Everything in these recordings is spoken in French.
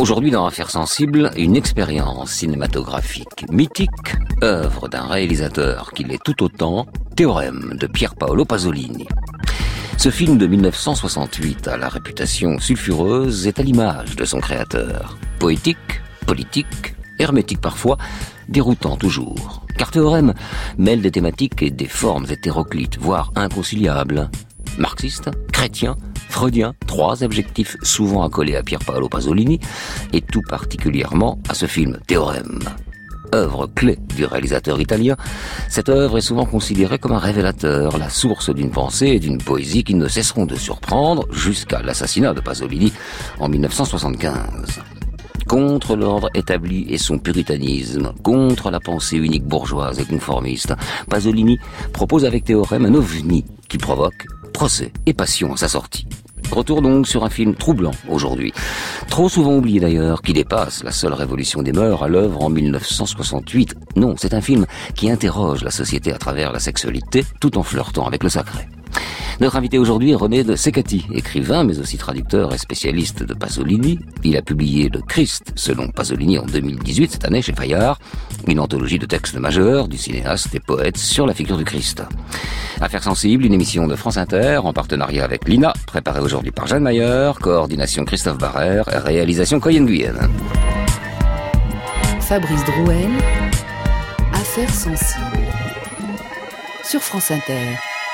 Aujourd'hui, dans Affaires sensibles, une expérience cinématographique mythique, œuvre d'un réalisateur qui l'est tout autant, Théorème de Pier Paolo Pasolini. Ce film de 1968 à la réputation sulfureuse est à l'image de son créateur. Poétique, politique, hermétique parfois, déroutant toujours. Car Théorème mêle des thématiques et des formes hétéroclites, voire inconciliables. Marxiste, chrétien, freudien, trois adjectifs souvent accolés à Pier Paolo Pasolini, et tout particulièrement à ce film Théorème. Œuvre clé du réalisateur italien, cette œuvre est souvent considérée comme un révélateur, la source d'une pensée et d'une poésie qui ne cesseront de surprendre jusqu'à l'assassinat de Pasolini en 1975. Contre l'ordre établi et son puritanisme, contre la pensée unique bourgeoise et conformiste, Pasolini propose avec Théorème un ovni qui provoque procès et passion à sa sortie. Retour donc sur un film troublant aujourd'hui, trop souvent oublié d'ailleurs, qui dépasse la seule révolution des mœurs à l'œuvre en 1968. Non, c'est un film qui interroge la société à travers la sexualité, tout en flirtant avec le sacré. Notre invité aujourd'hui est René de Cecatti, écrivain mais aussi traducteur et spécialiste de Pasolini. Il a publié Le Christ selon Pasolini en 2018, cette année chez Fayard, une anthologie de textes majeurs du cinéaste et poète sur la figure du Christ. Affaires sensibles, une émission de France Inter en partenariat avec l'INA, préparée aujourd'hui par Jeanne Mayer, coordination Christophe Barrère, réalisation Coyen Guyenne. Fabrice Drouel, Affaires sensibles, sur France Inter.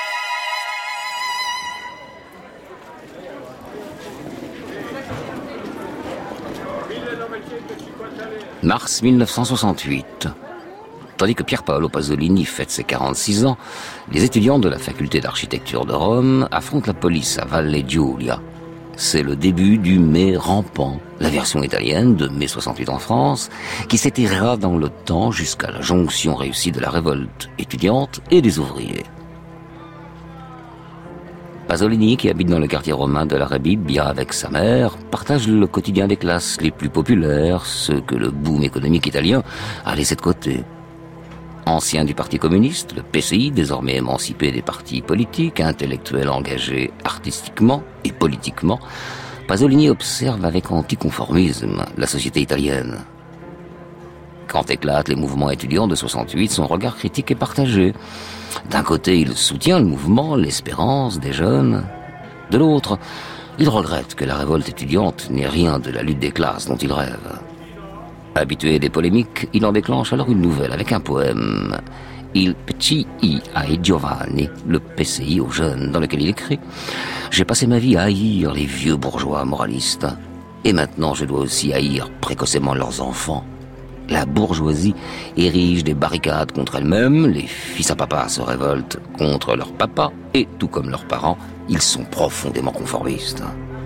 Mars 1968. Tandis que Pier Paolo Pasolini fête ses 46 ans, les étudiants de la faculté d'architecture de Rome affrontent la police à Valle Giulia. C'est le début du mai rampant, la version italienne de mai 68 en France, qui s'étirera dans le temps jusqu'à la jonction réussie de la révolte étudiante et des ouvriers. Pasolini, qui habite dans le quartier romain de la Rebibbia avec sa mère, partage le quotidien des classes les plus populaires, ceux que le boom économique italien a laissé de côté. Ancien du Parti communiste, le PCI, désormais émancipé des partis politiques, intellectuel engagé artistiquement et politiquement, Pasolini observe avec anticonformisme la société italienne. Quand éclatent les mouvements étudiants de 68, son regard critique est partagé. D'un côté, il soutient le mouvement, l'espérance des jeunes. De l'autre, il regrette que la révolte étudiante n'ait rien de la lutte des classes dont il rêve. Habitué des polémiques, il en déclenche alors une nouvelle avec un poème. Il PCI ai giovani, le PCI aux jeunes, dans lequel il écrit « J'ai passé ma vie à haïr les vieux bourgeois moralistes. Et maintenant, je dois aussi haïr précocement leurs enfants. » La bourgeoisie érige des barricades contre elle-même, les fils à papa se révoltent contre leur papa, et tout comme leurs parents, ils sont profondément conformistes.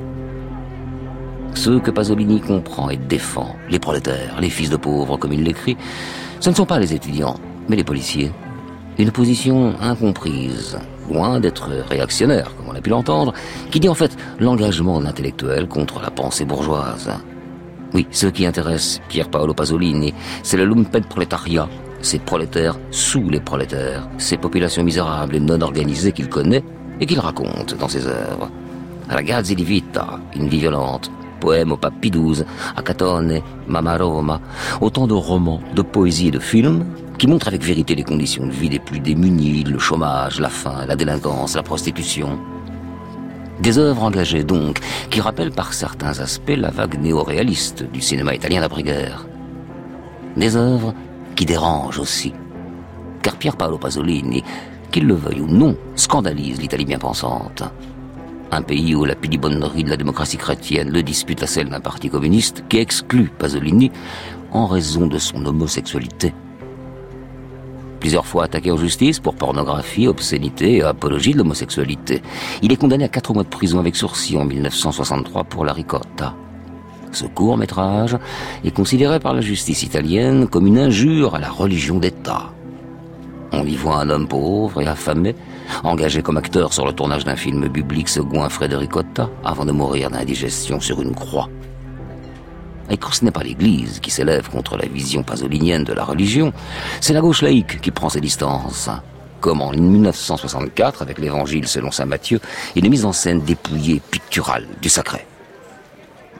Ceux que Pasolini comprend et défend, les prolétaires, les fils de pauvres comme il l'écrit, ce ne sont pas les étudiants, mais les policiers. Une position incomprise, loin d'être réactionnaire, comme on a pu l'entendre, qui dit en fait l'engagement de l'intellectuel contre la pensée bourgeoise. Oui, ce qui intéresse Pier Paolo Pasolini, c'est le lumpenprolétariat, ces prolétaires sous les prolétaires, ces populations misérables et non organisées qu'il connaît et qu'il raconte dans ses œuvres. Ragazzi di vita, une vie violente, poème au pape Pie XII, Acatone, Mamma Roma, autant de romans, de poésie et de films qui montrent avec vérité les conditions de vie des plus démunis, le chômage, la faim, la délinquance, la prostitution. Des œuvres engagées donc, qui rappellent par certains aspects la vague néo-réaliste du cinéma italien d'après-guerre. Des œuvres qui dérangent aussi. Car Pier Paolo Pasolini, qu'il le veuille ou non, scandalise l'Italie bien pensante. Un pays où la pudibonnerie de la démocratie chrétienne le dispute à celle d'un parti communiste qui exclut Pasolini en raison de son homosexualité. Plusieurs fois attaqué en justice pour pornographie, obscénité et apologie de l'homosexualité. Il est condamné à 4 mois de prison avec sursis en 1963 pour la ricotta. Ce court-métrage est considéré par la justice italienne comme une injure à la religion d'État. On y voit un homme pauvre et affamé, engagé comme acteur sur le tournage d'un film biblique se goinfrer de ricotta avant de mourir d'indigestion sur une croix. Et quand ce n'est pas l'Église qui s'élève contre la vision pasolinienne de la religion, c'est la gauche laïque qui prend ses distances. Comme en 1964 avec l'Évangile selon saint Matthieu, une mise en scène dépouillée, picturale, du sacré.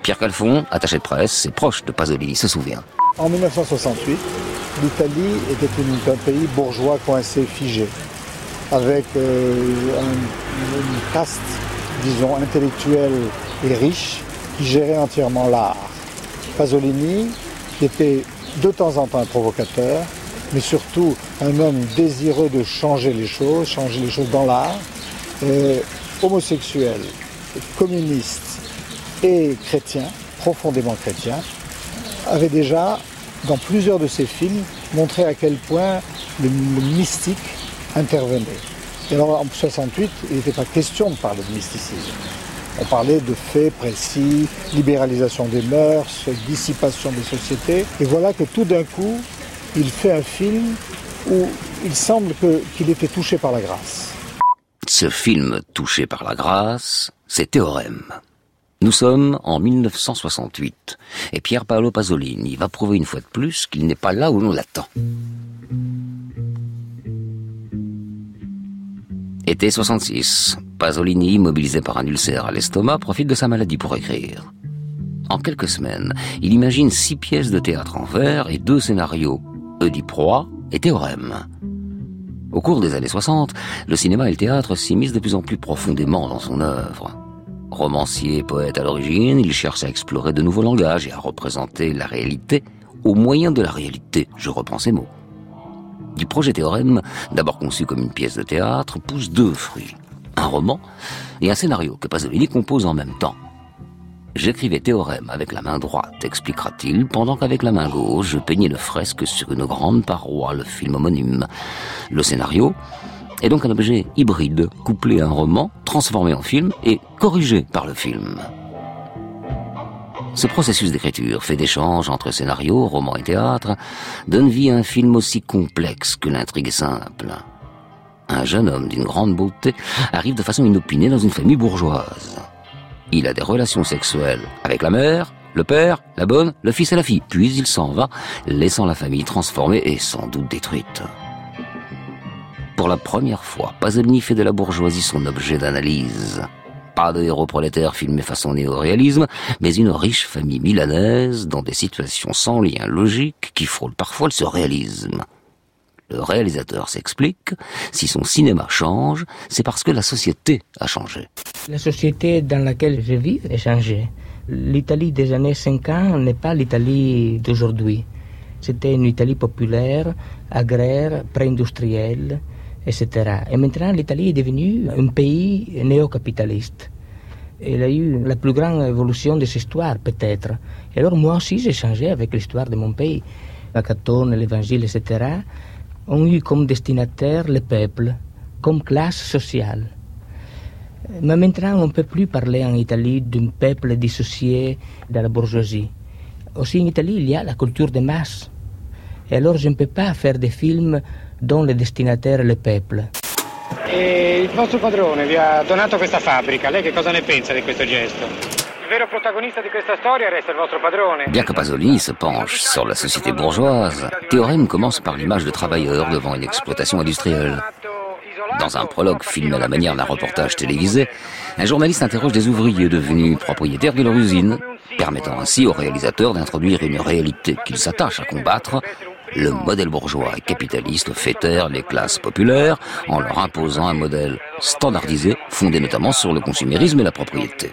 Pierre Calfon, attaché de presse et proche de Pasolini, se souvient. En 1968, l'Italie était un pays bourgeois coincé, figé, avec une caste, disons, intellectuelle et riche qui gérait entièrement l'art. Pasolini, qui était de temps en temps un provocateur, mais surtout un homme désireux de changer les choses dans l'art, homosexuel, communiste et chrétien, profondément chrétien, avait déjà, dans plusieurs de ses films, montré à quel point le mystique intervenait. Et alors en 68, il n'était pas question de parler de mysticisme. On parlait de faits précis, libéralisation des mœurs, dissipation des sociétés. Et voilà que tout d'un coup, il fait un film où il semble qu'il était touché par la grâce. Ce film touché par la grâce, c'est Théorème. Nous sommes en 1968 et Pier Paolo Pasolini va prouver une fois de plus qu'il n'est pas là où l'on l'attend. Été 66, Pasolini, mobilisé par un ulcère à l'estomac, profite de sa maladie pour écrire. En quelques semaines, il imagine 6 pièces de théâtre en vers et 2 scénarios, Oedipe-Roi et Théorème. Au cours des années 60, le cinéma et le théâtre s'immiscent de plus en plus profondément dans son œuvre. Romancier et poète à l'origine, il cherche à explorer de nouveaux langages et à représenter la réalité au moyen de la réalité, je reprends ces mots. Du projet Théorème, d'abord conçu comme une pièce de théâtre, poussent 2 fruits. Un roman et un scénario que Pasolini compose en même temps. J'écrivais Théorème avec la main droite, expliquera-t-il, pendant qu'avec la main gauche, je peignais le fresque sur une grande paroi, le film homonyme. Le scénario est donc un objet hybride, couplé à un roman, transformé en film et corrigé par le film. Ce processus d'écriture, fait d'échanges entre scénario, roman et théâtre, donne vie à un film aussi complexe que l'intrigue est simple. Un jeune homme d'une grande beauté arrive de façon inopinée dans une famille bourgeoise. Il a des relations sexuelles avec la mère, le père, la bonne, le fils et la fille. Puis il s'en va, laissant la famille transformée et sans doute détruite. Pour la première fois, Pasolini fait de la bourgeoisie son objet d'analyse. Pas de héros prolétaire filmé façon néo-réalisme, mais une riche famille milanaise dans des situations sans lien logique qui frôlent parfois le surréalisme. Le réalisateur s'explique, si son cinéma change, c'est parce que la société a changé. La société dans laquelle je vis a changé. L'Italie des années 50 n'est pas l'Italie d'aujourd'hui. C'était une Italie populaire, agraire, pré-industrielle, etc. Et maintenant, l'Italie est devenue un pays néo-capitaliste. Elle a eu la plus grande évolution de cette histoire, peut-être. Et alors, moi aussi, j'ai changé avec l'histoire de mon pays. La Catone, l'Évangile, etc., ont eu comme destinataire le peuple, comme classe sociale. Mais maintenant, on ne peut plus parler en Italie d'un peuple dissocié de la bourgeoisie. Aussi, en Italie, il y a la culture de masse. Et alors, je ne peux pas faire des films dont le destinataire est le peuple. E il vostro padrone vi ha donato questa fabbrica, lei che cosa ne pensa di questo gesto? Il vero protagonista di questa storia resta il vostro padrone. Bien que Pasolini se penche sur la société bourgeoise, Théorème commence par l'image de travailleurs devant une exploitation industrielle. Dans un prologue filmé à la manière d'un reportage télévisé, un journaliste interroge des ouvriers devenus propriétaires de leur usine, permettant ainsi au réalisateur d'introduire une réalité qu'il s'attache à combattre. Le modèle bourgeois et capitaliste fait taire les classes populaires en leur imposant un modèle standardisé, fondé notamment sur le consumérisme et la propriété.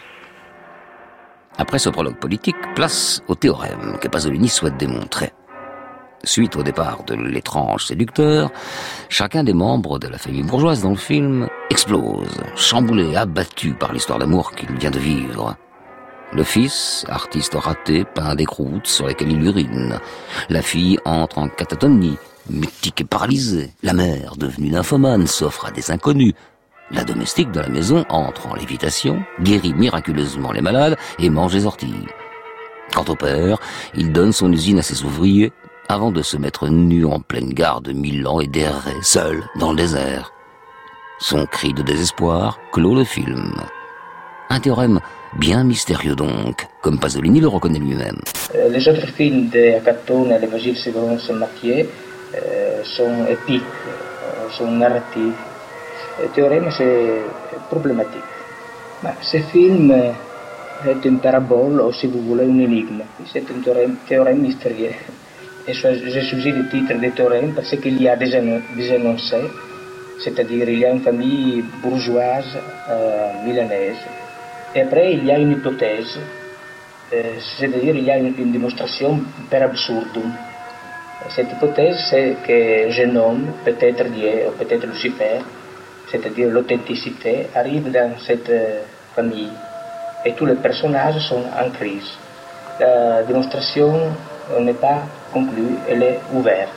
Après ce prologue politique, place au théorème que Pasolini souhaite démontrer. Suite au départ de l'étrange séducteur, chacun des membres de la famille bourgeoise dans le film explose, chamboulé, abattu par l'histoire d'amour qu'il vient de vivre. Le fils, artiste raté, peint des croûtes sur lesquelles il urine. La fille entre en catatonie, mutique et paralysée. La mère, devenue nymphomane, s'offre à des inconnus. La domestique de la maison entre en lévitation, guérit miraculeusement les malades et mange les orties. Quant au père, il donne son usine à ses ouvriers avant de se mettre nu en pleine gare de Milan et d'errer seul dans le désert. Son cri de désespoir clôt le film. Un théorème bien mystérieux donc, comme Pasolini le reconnaît lui-même. Les autres films de Catone, l'Évangile selon Saint Matthieu, sont épiques, sont narratifs. Le théorème, c'est problématique. Ce film C'est une parabole ou si vous voulez une énigme. C'est un théorème mystérieux. Et j'ai choisi le titre des théorèmes parce qu'il y a des énoncés, c'est-à-dire il y a une famille bourgeoise milanaise. Et après il y a une hypothèse, c'est-à-dire il y a une démonstration per absurdum. Cette hypothèse, c'est que je nomme peut-être Dieu ou peut-être Lucifer, c'est-à-dire l'authenticité, arrive dans cette famille et tous les personnages sont en crise. La démonstration n'est pas conclue, elle est ouverte.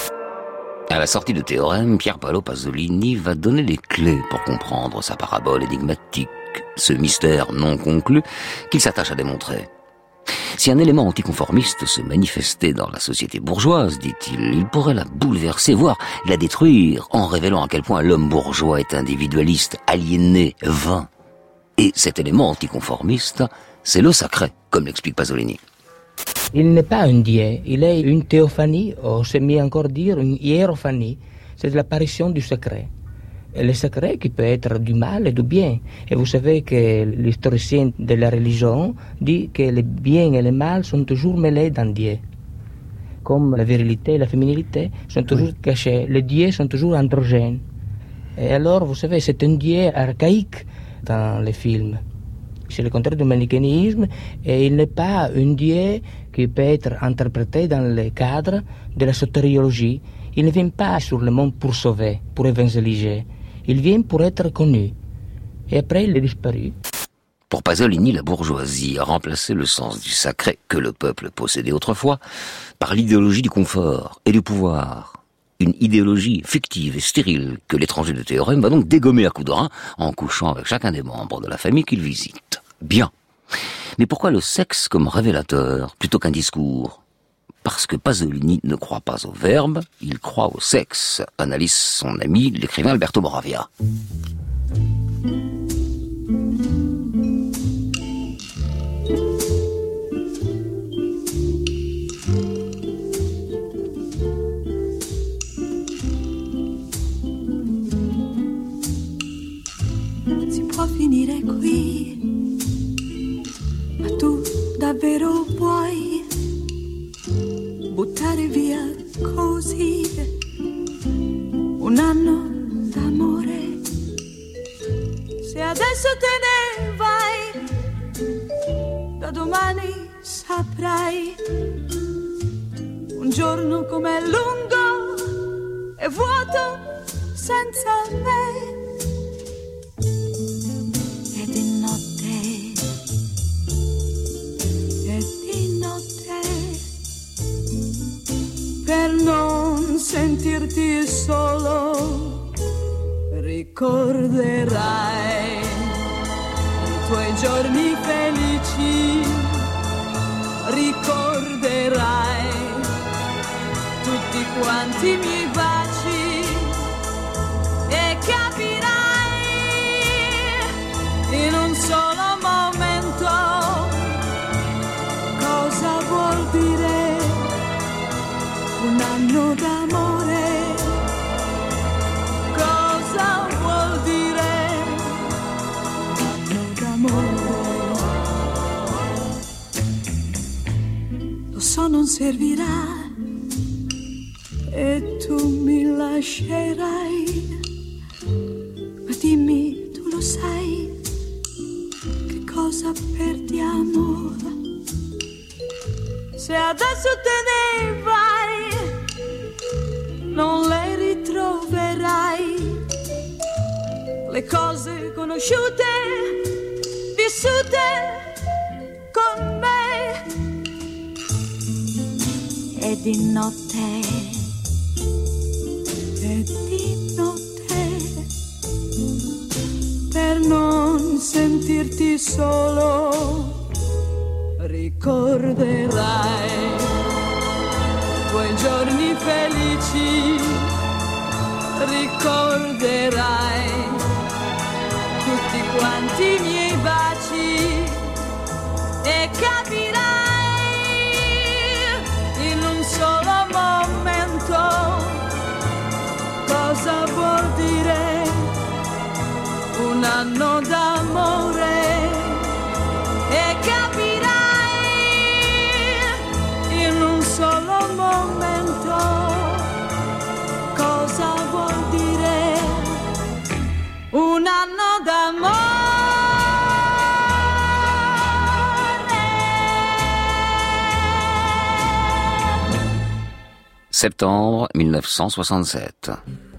À la sortie de Théorème, Pier Paolo Pasolini va donner les clés pour comprendre sa parabole énigmatique, ce mystère non conclu qu'il s'attache à démontrer. Si un élément anticonformiste se manifestait dans la société bourgeoise, dit-il, il pourrait la bouleverser, voire la détruire, en révélant à quel point l'homme bourgeois est individualiste, aliéné, vain. Et cet élément anticonformiste, c'est le sacré, comme l'explique Pasolini. Il n'est pas un dieu, il est une théophanie, ou c'est mieux encore dire une hiérophanie. C'est l'apparition du secret. Et le secret qui peut être du mal et du bien. Et vous savez que l'historicien de la religion dit que le bien et le mal sont toujours mêlés dans Dieu. Comme la virilité et la féminité sont toujours cachés, les dieux sont toujours androgènes. Et alors, vous savez, c'est un dieu archaïque dans les films. C'est le contraire du manichéisme et il n'est pas un dieu qui peut être interprété dans le cadre de la sotériologie. Il ne vient pas sur le monde pour sauver, pour évangéliser. Il vient pour être connu. Et après, il est disparu. Pour Pasolini, la bourgeoisie a remplacé le sens du sacré que le peuple possédait autrefois par l'idéologie du confort et du pouvoir. Une idéologie fictive et stérile que l'étranger de Théorème va donc dégommer à coups de rein en couchant avec chacun des membres de la famille qu'il visite. Bien. Mais pourquoi le sexe comme révélateur plutôt qu'un discours ? Parce que Pasolini ne croit pas au verbe, il croit au sexe, analyse son ami l'écrivain Alberto Moravia. Si può finire qui, ma tu davvero vuoi buttare via così un anno d'amore? Se adesso te ne vai, da domani saprai un giorno com'è lungo e vuoto senza me. E di notte, per non sentirti solo, ricorderai i tuoi giorni felici, ricorderai tutti quanti i miei baci e capirai in un solo momento cosa vuol dire un anno d'amore, cosa vuol dire un anno d'amore. Lo so non servirà e tu mi lascerai, ma dimmi, tu lo sai, che cosa perdiamo? Se adesso te ne vai, non le ritroverai, le cose conosciute, vissute con me. E di notte, per non sentirti solo, ricorderai quei giorni felici, ricorderai tutti quanti i miei baci e capirai in un solo momento cosa vuol dire un anno d'amore e Septembre 1967.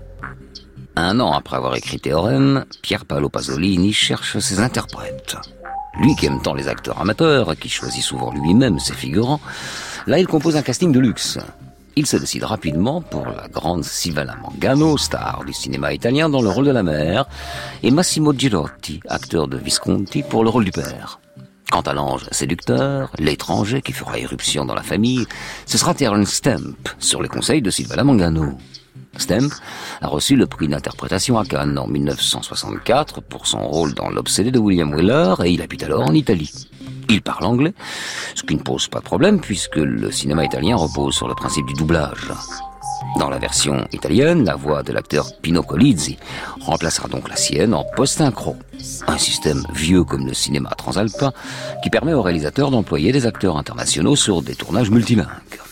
Un an après avoir écrit Théorème, Pier Paolo Pasolini cherche ses interprètes. Lui qui aime tant les acteurs amateurs, qui choisit souvent lui-même ses figurants, là il compose un casting de luxe. Il se décide rapidement pour la grande Silvana Mangano, star du cinéma italien dans le rôle de la mère, et Massimo Girotti, acteur de Visconti, pour le rôle du père. Quant à l'ange séducteur, l'étranger qui fera irruption dans la famille, ce sera Terence Stamp, sur les conseils de Silvana Mangano. Stamp a reçu le prix d'interprétation à Cannes en 1964 pour son rôle dans L'Obsédé de William Wyler et il habite alors en Italie. Il parle anglais, ce qui ne pose pas de problème puisque le cinéma italien repose sur le principe du doublage. Dans la version italienne, la voix de l'acteur Pino Colizzi remplacera donc la sienne en post-synchro. Un système vieux comme le cinéma transalpin qui permet aux réalisateurs d'employer des acteurs internationaux sur des tournages multilingues.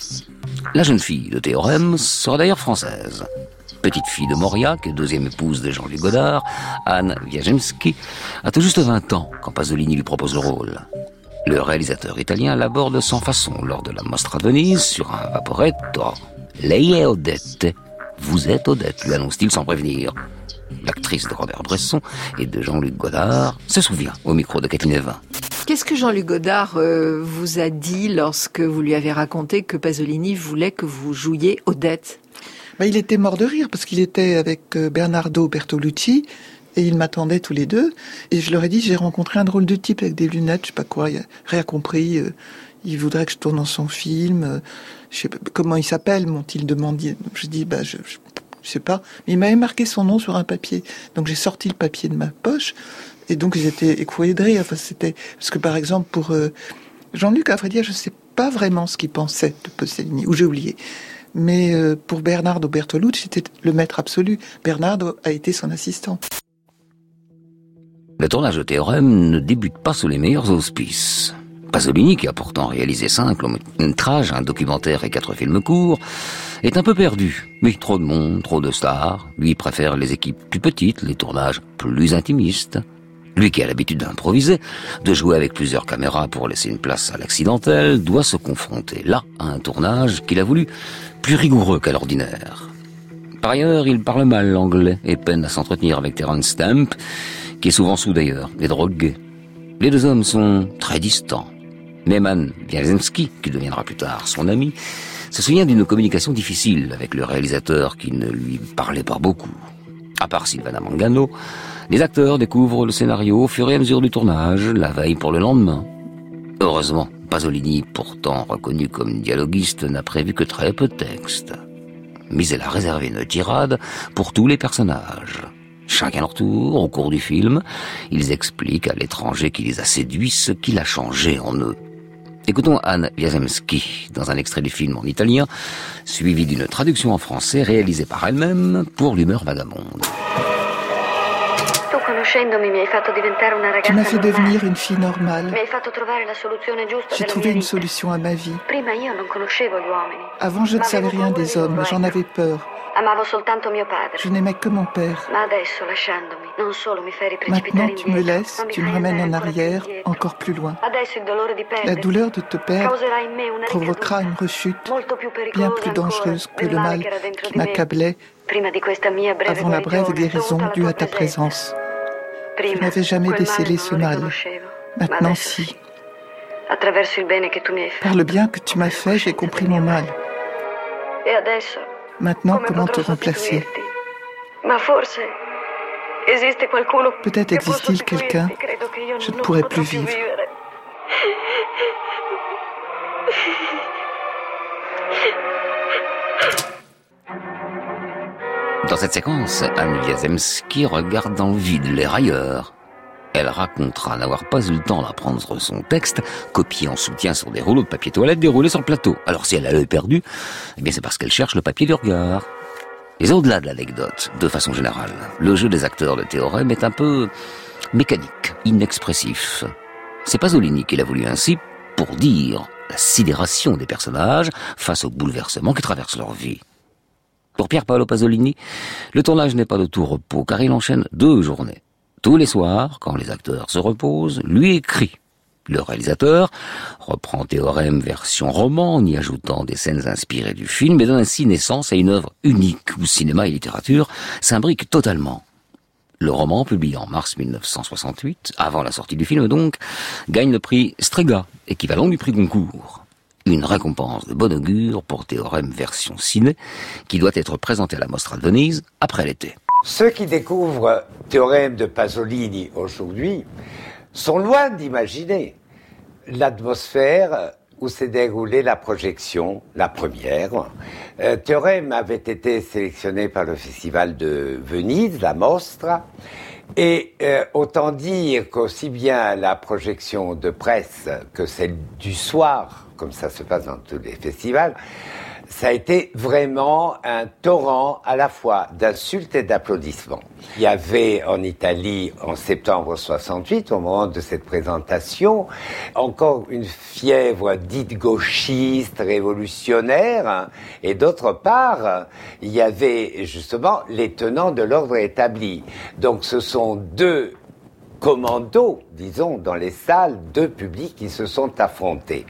La jeune fille de Théorème sera d'ailleurs française. Petite fille de Mauriac et deuxième épouse de Jean-Luc Godard, Anne Wiazemski a tout juste 20 ans quand Pasolini lui propose le rôle. Le réalisateur italien l'aborde sans façon lors de la Mostra de Venise sur un vaporetto. « Lei è Odette »« Vous êtes Odette », lui annonce-t-il sans prévenir. L'actrice de Robert Bresson et de Jean-Luc Godard se souvient au micro de Kathleen Evin. Qu'est-ce que Jean-Luc Godard vous a dit lorsque vous lui avez raconté que Pasolini voulait que vous jouiez Odette ? Il était mort de rire parce qu'il était avec Bernardo Bertolucci et ils m'attendaient tous les deux. Et je leur ai dit, j'ai rencontré un drôle de type avec des lunettes, je sais pas quoi, il a rien compris. Il voudrait que je tourne dans son film. Je sais pas comment il s'appelle, m'ont-ils demandé. Je dis, je sais pas. Mais il m'avait marqué son nom sur un papier. Donc j'ai sorti le papier de ma poche. Et donc ils étaient écroués de rire. Enfin, c'était parce que par exemple pour Jean-Luc, à vrai dire, je sais pas vraiment ce qu'il pensait de Pasolini, ou j'ai oublié. Mais pour Bernardo Bertolucci, c'était le maître absolu. Bernardo a été son assistant. Le tournage de Théorème ne débute pas sous les meilleurs auspices. Pasolini, qui a pourtant réalisé 5 longs-métrages, un documentaire et 4 films courts, est un peu perdu. Mais trop de monde, trop de stars. Lui préfère les équipes plus petites, les tournages plus intimistes. Lui qui a l'habitude d'improviser, de jouer avec plusieurs caméras pour laisser une place à l'accidentel, doit se confronter là à un tournage qu'il a voulu plus rigoureux qu'à l'ordinaire. Par ailleurs, il parle mal l'anglais et peine à s'entretenir avec Terence Stamp, qui est souvent sous d'ailleurs, et drogué. Les deux hommes sont très distants. Anne Wiazemski, qui deviendra plus tard son ami, se souvient d'une communication difficile avec le réalisateur qui ne lui parlait pas beaucoup. À part Silvana Mangano, les acteurs découvrent le scénario au fur et à mesure du tournage, la veille pour le lendemain. Heureusement, Pasolini, pourtant reconnu comme dialoguiste, n'a prévu que très peu de texte. Mais elle a réservé une tirade pour tous les personnages. Chacun leur tour, au cours du film, ils expliquent à l'étranger qui les a séduits ce qu'il a changé en eux. Écoutons Anne Wiazemski dans un extrait du film en italien, suivi d'une traduction en français réalisée par elle-même pour l'humeur vagabonde. Tu m'as fait devenir une fille normale. J'ai trouvé une solution à ma vie. Avant, je ne savais rien des hommes, j'en avais peur. Je n'aimais que mon père. Maintenant, tu me laisses, tu me ramènes en arrière, encore plus loin. La douleur de te perdre provoquera une rechute bien plus dangereuse que le mal qui m'accablait avant la brève guérison due à ta présence. Je n'avais jamais décelé ce mal. Maintenant, si. Par le bien que tu m'as fait, j'ai compris mon mal. Maintenant, comment te remplacer ? Peut-être existe-t-il quelqu'un, je ne pourrais plus vivre. Dans cette séquence, Anne Wiazemski regarde dans le vide, l'air ailleurs. Elle racontera n'avoir pas eu le temps d'apprendre son texte, copié en soutien sur des rouleaux de papier toilette déroulés sur le plateau. Alors si elle a l'œil perdu, c'est parce qu'elle cherche le papier du regard. Mais au-delà de l'anecdote, de façon générale, le jeu des acteurs de Théorème est un peu mécanique, inexpressif. C'est Pasolini qui l'a voulu ainsi pour dire la sidération des personnages face aux bouleversements qui traversent leur vie. Pour Pier Paolo Pasolini, le tournage n'est pas de tout repos, car il enchaîne 2 journées. Tous les soirs, quand les acteurs se reposent, lui écrit. Le réalisateur reprend Théorème version roman, en y ajoutant des scènes inspirées du film, et donne ainsi naissance à une œuvre unique où cinéma et littérature s'imbriquent totalement. Le roman, publié en mars 1968, avant la sortie du film donc, gagne le prix Strega, équivalent du prix Goncourt. Une récompense de bon augure pour Théorème version ciné, qui doit être présentée à la Mostra de Venise après l'été. Ceux qui découvrent Théorème de Pasolini aujourd'hui sont loin d'imaginer l'atmosphère où s'est déroulée la projection, la première. Théorème avait été sélectionné par le Festival de Venise, la Mostra, et autant dire qu'aussi bien la projection de presse que celle du soir, comme ça se passe dans tous les festivals, ça a été vraiment un torrent à la fois d'insultes et d'applaudissements. Il y avait en Italie, en septembre 68, au moment de cette présentation, encore une fièvre dite gauchiste, révolutionnaire, hein, et d'autre part, il y avait justement les tenants de l'ordre établi. Donc ce sont deux commandos, disons, dans les salles, deux publics qui se sont affrontés.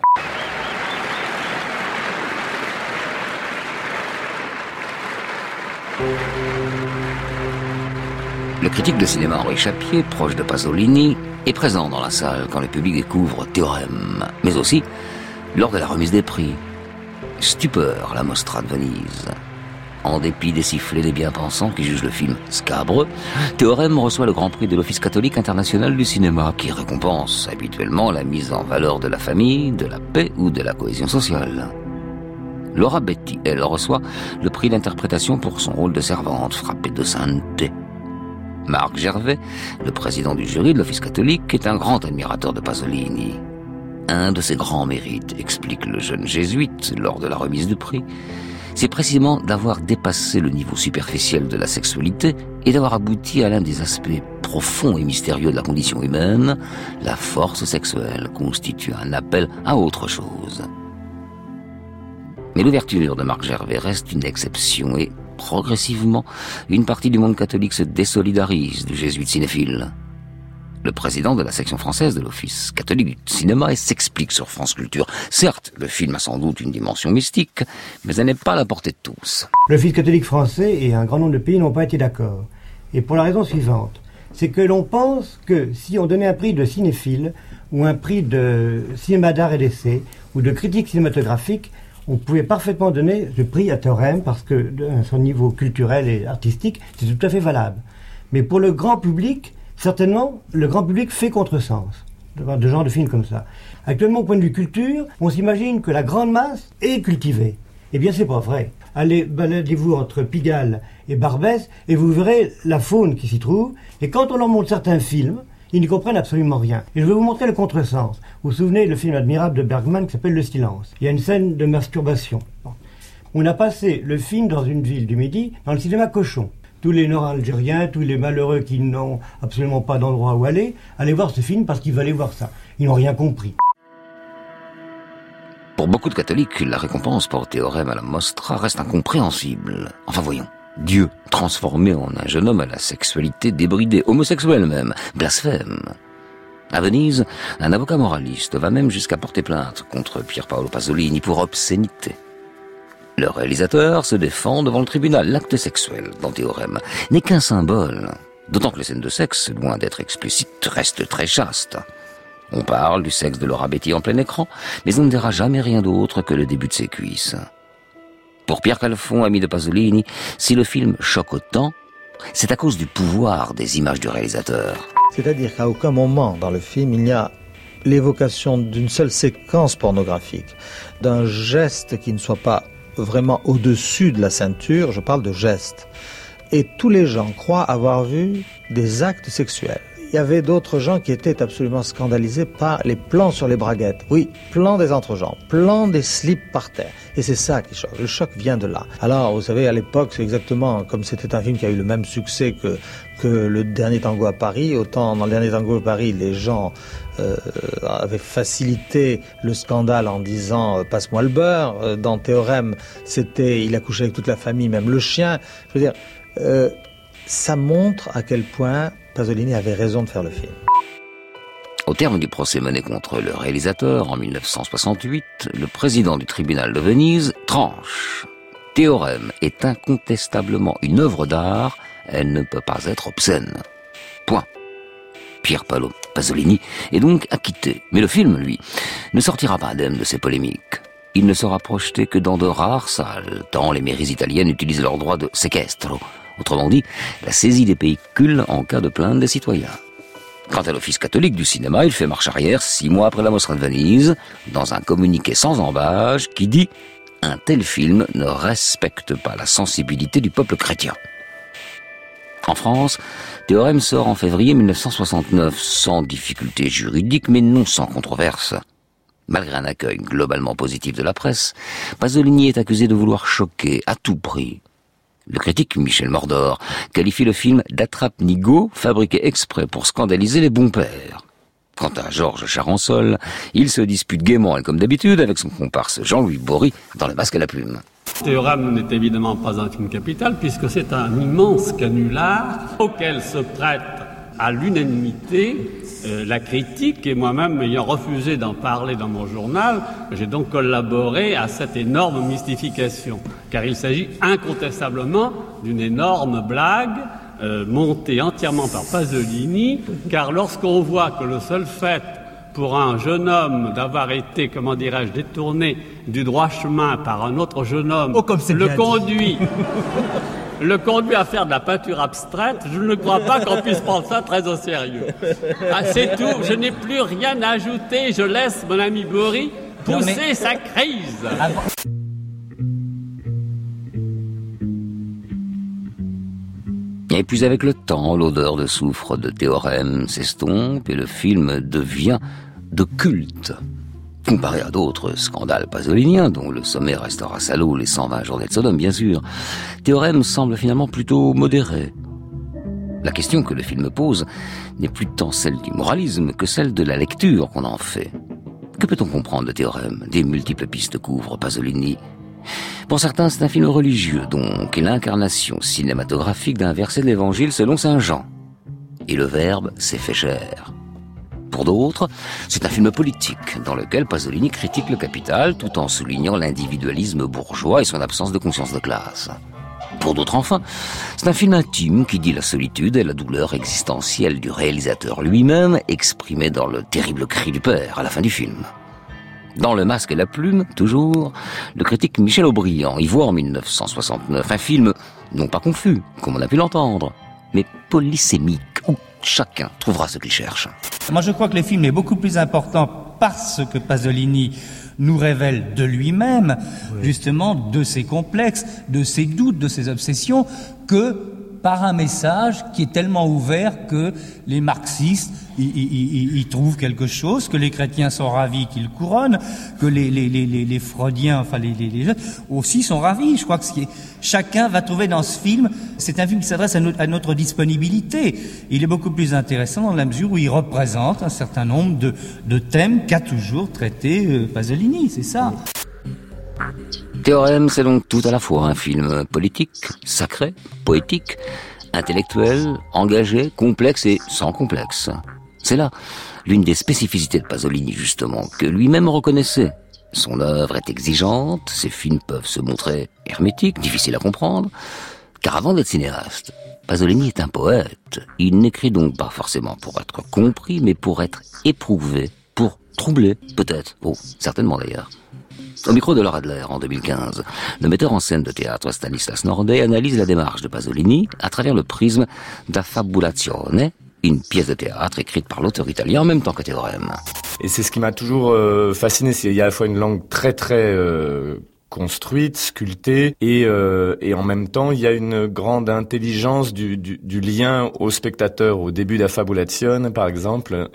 Le critique de cinéma Henri Chapier, proche de Pasolini, est présent dans la salle quand le public découvre Théorème, mais aussi lors de la remise des prix. Stupeur à la Mostra de Venise. En dépit des sifflets des bien-pensants qui jugent le film scabreux, Théorème reçoit le Grand Prix de l'Office catholique international du cinéma, qui récompense habituellement la mise en valeur de la famille, de la paix ou de la cohésion sociale. Laura Betti, elle, reçoit le prix d'interprétation pour son rôle de servante, frappée de sainteté. Marc Gervais, le président du jury de l'Office catholique, est un grand admirateur de Pasolini. Un de ses grands mérites, explique le jeune jésuite lors de la remise du prix, c'est précisément d'avoir dépassé le niveau superficiel de la sexualité et d'avoir abouti à l'un des aspects profonds et mystérieux de la condition humaine. La force sexuelle constitue un appel à autre chose. Mais l'ouverture de Marc Gervais reste une exception et, progressivement, une partie du monde catholique se désolidarise du jésuite cinéphile. Le président de la section française de l'Office catholique du cinéma s'explique sur France Culture. Certes, le film a sans doute une dimension mystique, mais elle n'est pas à la portée de tous. L'Office catholique français et un grand nombre de pays n'ont pas été d'accord. Et pour la raison suivante, c'est que l'on pense que si on donnait un prix de cinéphile, ou un prix de cinéma d'art et d'essai, ou de critique cinématographique, on pouvait parfaitement donner ce prix à Théorème parce que, à son niveau culturel et artistique, c'est tout à fait valable. Mais pour le grand public, certainement, le grand public fait contresens de genre de film comme ça. Actuellement, au point de vue culture, on s'imagine que la grande masse est cultivée. Eh bien, c'est pas vrai. Allez, baladez-vous entre Pigalle et Barbès et vous verrez la faune qui s'y trouve. Et quand on leur montre certains films, ils n'y comprennent absolument rien. Et je vais vous montrer le contresens. Vous vous souvenez le film admirable de Bergman qui s'appelle Le Silence. Il y a une scène de masturbation. On a passé le film dans une ville du Midi, dans le cinéma Cochon. Tous les Nord-Algériens, tous les malheureux qui n'ont absolument pas d'endroit où aller, allaient voir ce film parce qu'ils veulent aller voir ça. Ils n'ont rien compris. Pour beaucoup de catholiques, la récompense pour Théorème à la Mostra reste incompréhensible. Enfin voyons, Dieu transformé en un jeune homme à la sexualité débridée, homosexuel même, blasphème. À Venise, un avocat moraliste va même jusqu'à porter plainte contre Pier Paolo Pasolini pour obscénité. Le réalisateur se défend devant le tribunal. L'acte sexuel dans Théorème n'est qu'un symbole, d'autant que les scènes de sexe, loin d'être explicites, restent très chastes. On parle du sexe de Laura Betti en plein écran, mais on ne dira jamais rien d'autre que le début de ses cuisses. Pour Pierre Calfon, ami de Pasolini, si le film choque autant, c'est à cause du pouvoir des images du réalisateur. C'est-à-dire qu'à aucun moment dans le film, il n'y a l'évocation d'une seule séquence pornographique, d'un geste qui ne soit pas vraiment au-dessus de la ceinture, je parle de geste. Et tous les gens croient avoir vu des actes sexuels. Il y avait d'autres gens qui étaient absolument scandalisés par les plans sur les braguettes. Oui, plan des entrejambes, plan des slips par terre. Et c'est ça qui choque. Le choc vient de là. Alors, vous savez, à l'époque, c'est exactement comme c'était un film qui a eu le même succès que le Dernier Tango à Paris. Autant dans le Dernier Tango à Paris, les gens avaient facilité le scandale en disant « passe-moi le beurre ». Dans Théorème, c'était « il a couché avec toute la famille, même le chien ». Je veux dire, ça montre à quel point Pasolini avait raison de faire le film. Au terme du procès mené contre le réalisateur en 1968, le président du tribunal de Venise tranche. Théorème est incontestablement une œuvre d'art, elle ne peut pas être obscène. Point. Pier Paolo Pasolini est donc acquitté. Mais le film, lui, ne sortira pas indemne de ces polémiques. Il ne sera projeté que dans de rares salles, tant les mairies italiennes utilisent leur droit de sequestro. Autrement dit, la saisie des pellicules en cas de plainte des citoyens. Quant à l'Office catholique du cinéma, il fait marche arrière 6 mois après la Mostra de Venise, dans un communiqué sans embâche qui dit « Un tel film ne respecte pas la sensibilité du peuple chrétien ». En France, Théorème sort en février 1969, sans difficulté juridique, mais non sans controverse. Malgré un accueil globalement positif de la presse, Pasolini est accusé de vouloir choquer à tout prix. Le critique Michel Mordor qualifie le film d'attrape-nigaud fabriqué exprès pour scandaliser les bons pères. Quant à Georges Charançol, il se dispute gaiement et comme d'habitude avec son comparse Jean-Louis Bory dans Le Masque à la plume. Théorème n'est évidemment pas un film capital puisque c'est un immense canular auquel se prête à l'unanimité la critique, et moi-même ayant refusé d'en parler dans mon journal, j'ai donc collaboré à cette énorme mystification, car il s'agit incontestablement d'une énorme blague montée entièrement par Pasolini, car lorsqu'on voit que le seul fait pour un le droit chemin par un autre jeune homme, le conduit à faire de la peinture abstraite, je ne crois pas qu'on puisse prendre ça très au sérieux. Ah, c'est tout, je n'ai plus rien à ajouter, je laisse mon ami Bory pousser sa crise. Et puis avec le temps, l'odeur de soufre de Théorème s'estompe et le film devient de culte. Comparé à d'autres scandales pasoliniens, dont le sommet restera salaud, les 120 journées de Sodome, bien sûr, Théorème semble finalement plutôt modéré. La question que le film pose n'est plus tant celle du moralisme que celle de la lecture qu'on en fait. Que peut-on comprendre de Théorème? Des multiples pistes couvrent Pasolini. Pour certains, c'est un film religieux, donc, et l'incarnation cinématographique d'un verset de l'Évangile selon saint Jean. Et le Verbe s'est fait chair. Pour d'autres, c'est un film politique, dans lequel Pasolini critique le capital tout en soulignant l'individualisme bourgeois et son absence de conscience de classe. Pour d'autres, enfin, c'est un film intime qui dit la solitude et la douleur existentielle du réalisateur lui-même, exprimée dans le terrible cri du père à la fin du film. Dans Le Masque et la plume, toujours, le critique Michel Aubriand y voit en 1969 un film, non pas confus, comme on a pu l'entendre, mais polysémique, où chacun trouvera ce qu'il cherche. Moi, je crois que le film est beaucoup plus important parce que Pasolini nous révèle de lui-même, justement, de ses complexes, de ses doutes, de ses obsessions, que par un message qui est tellement ouvert que les marxistes y trouvent quelque chose, que les chrétiens sont ravis qu'il couronne, que les freudiens, enfin les jeunes aussi sont ravis. Je crois que chacun va trouver dans ce film, c'est un film qui s'adresse à notre disponibilité. Il est beaucoup plus intéressant dans la mesure où il représente un certain nombre de thèmes qu'a toujours traité Pasolini, c'est ça. Théorème, c'est donc tout à la fois un film politique, sacré, poétique, intellectuel, engagé, complexe et sans complexe. C'est là l'une des spécificités de Pasolini, justement, que lui-même reconnaissait. Son œuvre est exigeante, ses films peuvent se montrer hermétiques, difficiles à comprendre, car avant d'être cinéaste, Pasolini est un poète. Il n'écrit donc pas forcément pour être compris, mais pour être éprouvé, pour troubler, peut-être, certainement d'ailleurs. Au micro de Laura Adler, en 2015, le metteur en scène de théâtre Stanislas Nordet analyse la démarche de Pasolini à travers le prisme d'Affabulazione, une pièce de théâtre écrite par l'auteur italien en même temps que Théorème. Et c'est ce qui m'a toujours fasciné, il y a à la fois une langue très très construite, sculptée, et en même temps il y a une grande intelligence du lien au spectateur. Au début d'Affabulazione, par exemple,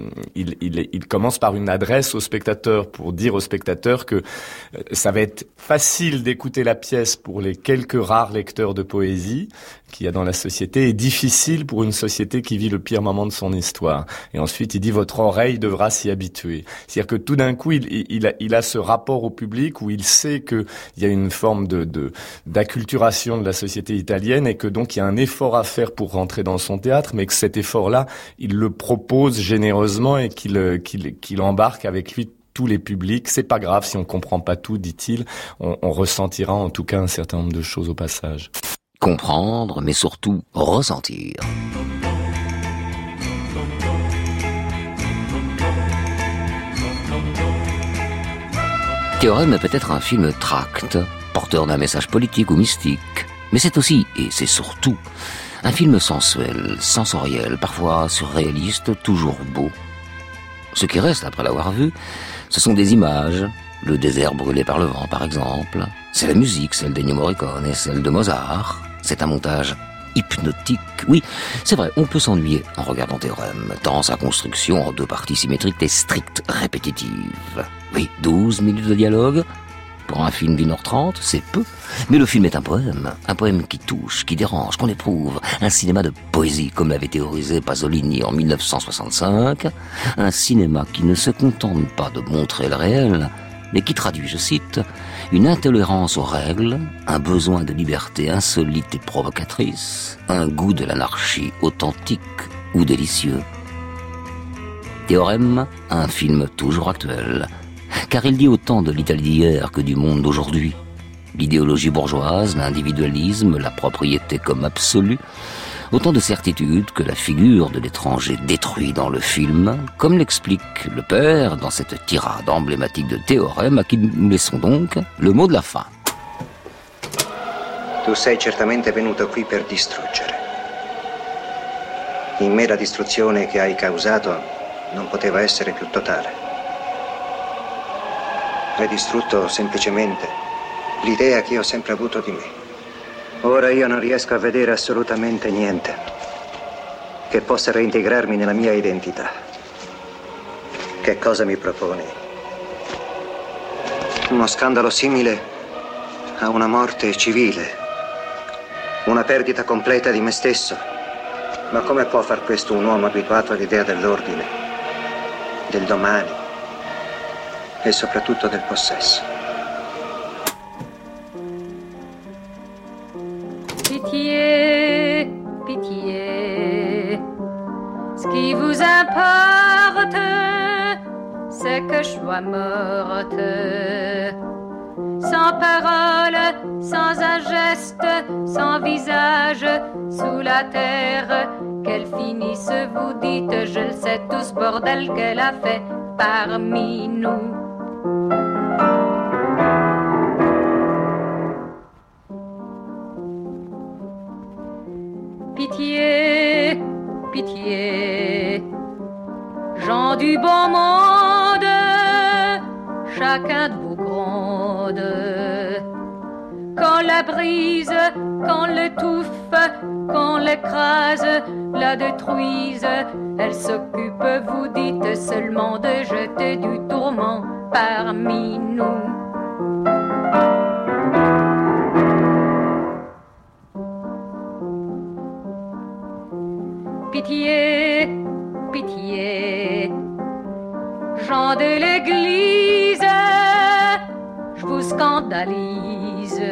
il commence par une adresse au spectateur pour dire au spectateur que ça va être facile d'écouter la pièce pour les quelques rares lecteurs de poésie qu'il y a dans la société, et difficile pour une société qui vit le pire moment de son histoire. Et ensuite, il dit votre oreille devra s'y habituer. C'est-à-dire que tout d'un coup, il a ce rapport au public où il sait qu'il y a une forme d'acculturation de la société italienne et que donc il y a un effort à faire pour rentrer dans son théâtre, mais que cet effort-là, il le propose généreusement et qu'il embarque avec lui tous les publics. C'est pas grave si on comprend pas tout, dit-il. On ressentira en tout cas un certain nombre de choses au passage. Comprendre, mais surtout ressentir. Théorème est peut-être un film tract, porteur d'un message politique ou mystique, mais c'est aussi, et c'est surtout, un film sensuel, sensoriel, parfois surréaliste, toujours beau. Ce qui reste après l'avoir vu, ce sont des images, le désert brûlé par le vent par exemple, c'est la musique, celle d'Ennio Morricone et celle de Mozart, c'est un montage hypnotique. Oui, c'est vrai, on peut s'ennuyer en regardant Théorème, tant sa construction en 2 parties symétriques est stricte, répétitive. Oui, 12 minutes de dialogue. Pour un film d'1h30, c'est peu. Mais le film est un poème qui touche, qui dérange, qu'on éprouve. Un cinéma de poésie, comme l'avait théorisé Pasolini en 1965. Un cinéma qui ne se contente pas de montrer le réel, mais qui traduit, je cite, une intolérance aux règles, un besoin de liberté insolite et provocatrice, un goût de l'anarchie authentique ou délicieux. Théorème, un film toujours actuel, car il dit autant de l'Italie d'hier que du monde d'aujourd'hui. L'idéologie bourgeoise, l'individualisme, la propriété comme absolue, autant de certitudes que la figure de l'étranger détruit dans le film, comme l'explique le père dans cette tirade emblématique de Théorème, à qui nous laissons donc le mot de la fin. Tu sei certamente venuto qui per distruggere. In me la distruzione che hai causato non poteva essere più totale. Hai distrutto semplicemente l'idea che io ho sempre avuto di me. Ora io non riesco a vedere assolutamente niente che possa reintegrarmi nella mia identità. Che cosa mi proponi? Uno scandalo simile a una morte civile, una perdita completa di me stesso. Ma come può far questo un uomo abituato all'idea dell'ordine, del domani e soprattutto del possesso? Pitié, pitié, ce qui vous importe, c'est que je sois morte. Sans parole, sans un geste, sans visage, sous la terre, qu'elle finisse, vous dites, je le sais, tout ce bordel qu'elle a fait parmi nous. Pitié, pitié, gens du bon monde, chacun de vous gronde. Qu'on la brise, qu'on l'étouffe, qu'on l'écrase, la détruise, elle s'occupe, vous dites, seulement de jeter du tourment parmi nous. Pitié, pitié, gens de l'église, je vous scandalise.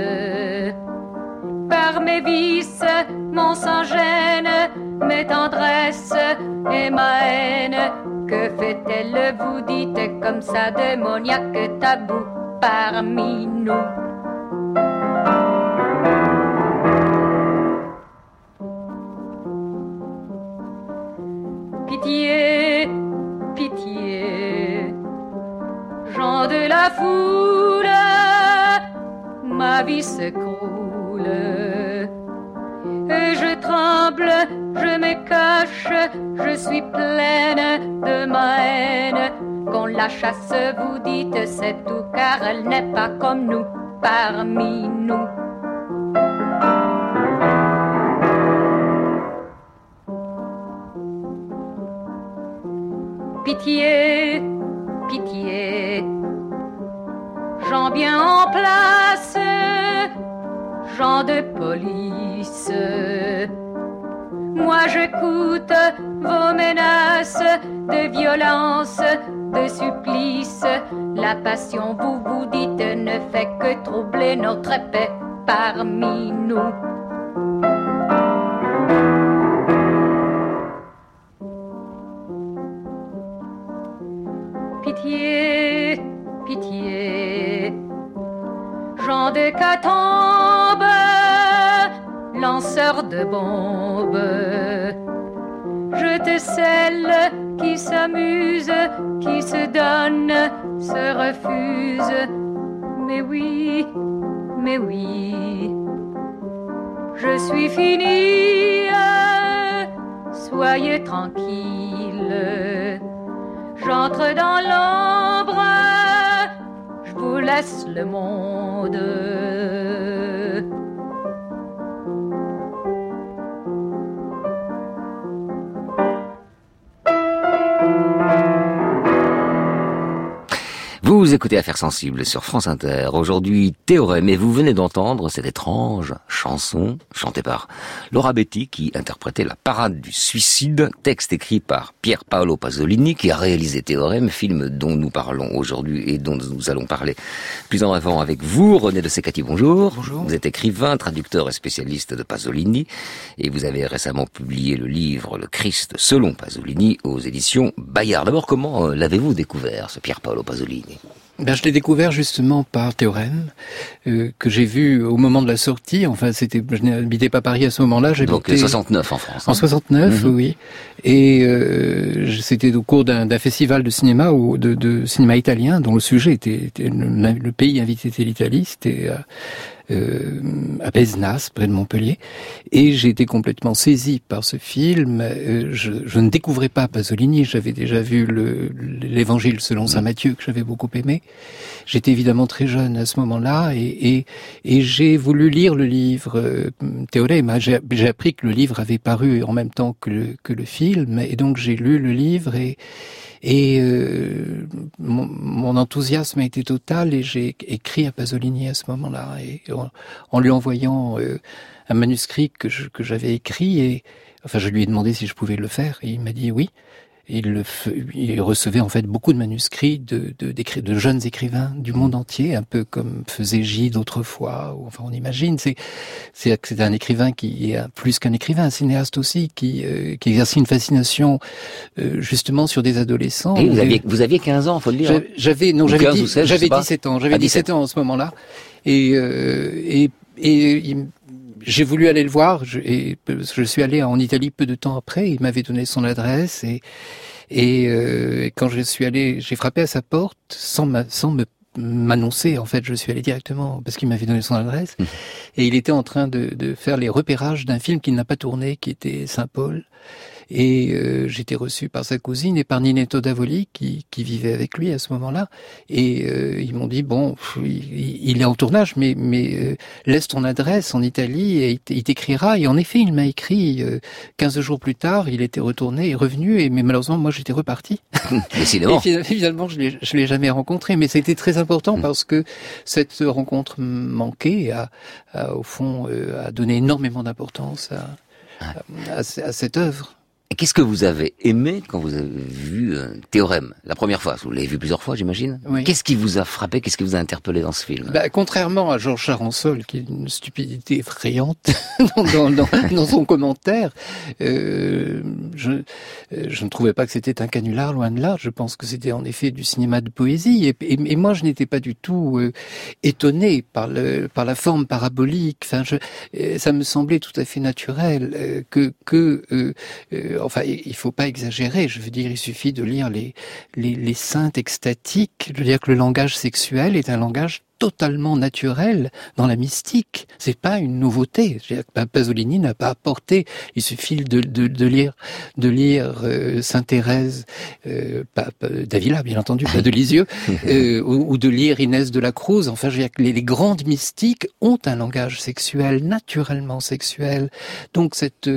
Par mes vices, mon sang-gêne, mes tendresses et ma haine, que fait-elle, vous dites, comme ça, démoniaque tabou parmi nous? Pitié, pitié, gens de la foule, ma vie s'écroule. Et je tremble, je me cache, je suis pleine de ma haine. Qu'on la chasse, vous dites, c'est tout, car elle n'est pas comme nous, parmi nous. Pitié, pitié, gens bien en place, gens de police. Moi j'écoute vos menaces de violence, de supplice. La passion, vous vous dites, ne fait que troubler notre paix parmi nous. Pitié, pitié, gens d'hécatombe, lanceurs de bombes, je te celle qui s'amuse, qui se donne, se refuse. Mais oui, je suis finie, soyez tranquille. J'entre dans l'ombre, je vous laisse le monde. Vous écoutez Affaires sensibles sur France Inter. Aujourd'hui, Théorème. Et vous venez d'entendre cette étrange chanson chantée par Laura Betti qui interprétait la parade du suicide, texte écrit par Pier Paolo Pasolini qui a réalisé Théorème, film dont nous parlons aujourd'hui et dont nous allons parler plus en avant avec vous. René de Secati, bonjour. Bonjour. Vous êtes écrivain, traducteur et spécialiste de Pasolini et vous avez récemment publié le livre Le Christ selon Pasolini aux éditions Bayard. D'abord, comment l'avez-vous découvert, ce Pier Paolo Pasolini ? Je l'ai découvert justement par Théorème, que j'ai vu au moment de la sortie. Enfin, je n'habitais pas Paris à ce moment-là. Donc 69 en France. En 69, oui. Et c'était au cours d'un festival de cinéma ou de cinéma italien dont le sujet était le pays invité était l'Italie. C'était à Pézenas, près de Montpellier, et j'ai été complètement saisi par ce film. Je ne découvrais pas Pasolini, j'avais déjà vu l'Évangile selon saint Matthieu, que j'avais beaucoup aimé. J'étais évidemment très jeune à ce moment-là, et j'ai voulu lire le livre Théorème. J'ai appris que le livre avait paru en même temps que le film, et donc j'ai lu le livre, et mon enthousiasme a été total et j'ai écrit à Pasolini à ce moment-là et en lui envoyant un manuscrit que j'avais écrit et enfin je lui ai demandé si je pouvais le faire et il m'a dit oui. Il recevait en fait beaucoup de manuscrits de jeunes écrivains du monde entier, un peu comme faisait Gide autrefois. Enfin, on imagine. C'est un écrivain qui est plus qu'un écrivain, un cinéaste aussi, qui exerce une fascination justement sur des adolescents. Et vous aviez 15 ans, faut le dire. J'avais 17 ans. J'avais 17 ans en ce moment-là. J'ai voulu aller le voir, je suis allé en Italie peu de temps après, il m'avait donné son adresse et quand je suis allé, j'ai frappé à sa porte sans m'annoncer, en fait, je suis allé directement parce qu'il m'avait donné son adresse et il était en train de faire les repérages d'un film qu'il n'a pas tourné, qui était Saint-Paul. Et j'étais reçu par sa cousine et par Ninetto Davoli qui vivait avec lui à ce moment-là. Et ils m'ont dit bon, il est en tournage, mais laisse ton adresse en Italie et il t'écrira. Et en effet, il m'a écrit 15 jours plus tard. Il était retourné et revenu. Mais malheureusement, moi, j'étais reparti. Décidément. Et finalement, je l'ai jamais rencontré. Mais ça a été très important parce que cette rencontre manquée au fond, a donné énormément d'importance à cette œuvre. Et qu'est-ce que vous avez aimé quand vous avez vu Théorème la première fois? Vous l'avez vu plusieurs fois, j'imagine. Oui. Qu'est-ce qui vous a frappé? Qu'est-ce qui vous a interpellé dans ce film? Contrairement à Georges Charançol, qui est une stupidité effrayante dans son commentaire, je ne trouvais pas que c'était un canular, loin de là. Je pense que c'était en effet du cinéma de poésie. Et moi, je n'étais pas du tout étonné par la forme parabolique. Enfin, ça me semblait tout à fait naturel enfin, il faut pas exagérer. Je veux dire, il suffit de lire les saintes extatiques. Je veux dire que le langage sexuel est un langage totalement naturel dans la mystique. C'est pas une nouveauté. Pasolini n'a pas apporté. Il suffit de lire Sainte Thérèse d'Avila, bien entendu, pas de Lisieux, ou de lire Inès de la Cruz. Enfin, je veux dire que les grandes mystiques ont un langage sexuel, naturellement sexuel. Donc cette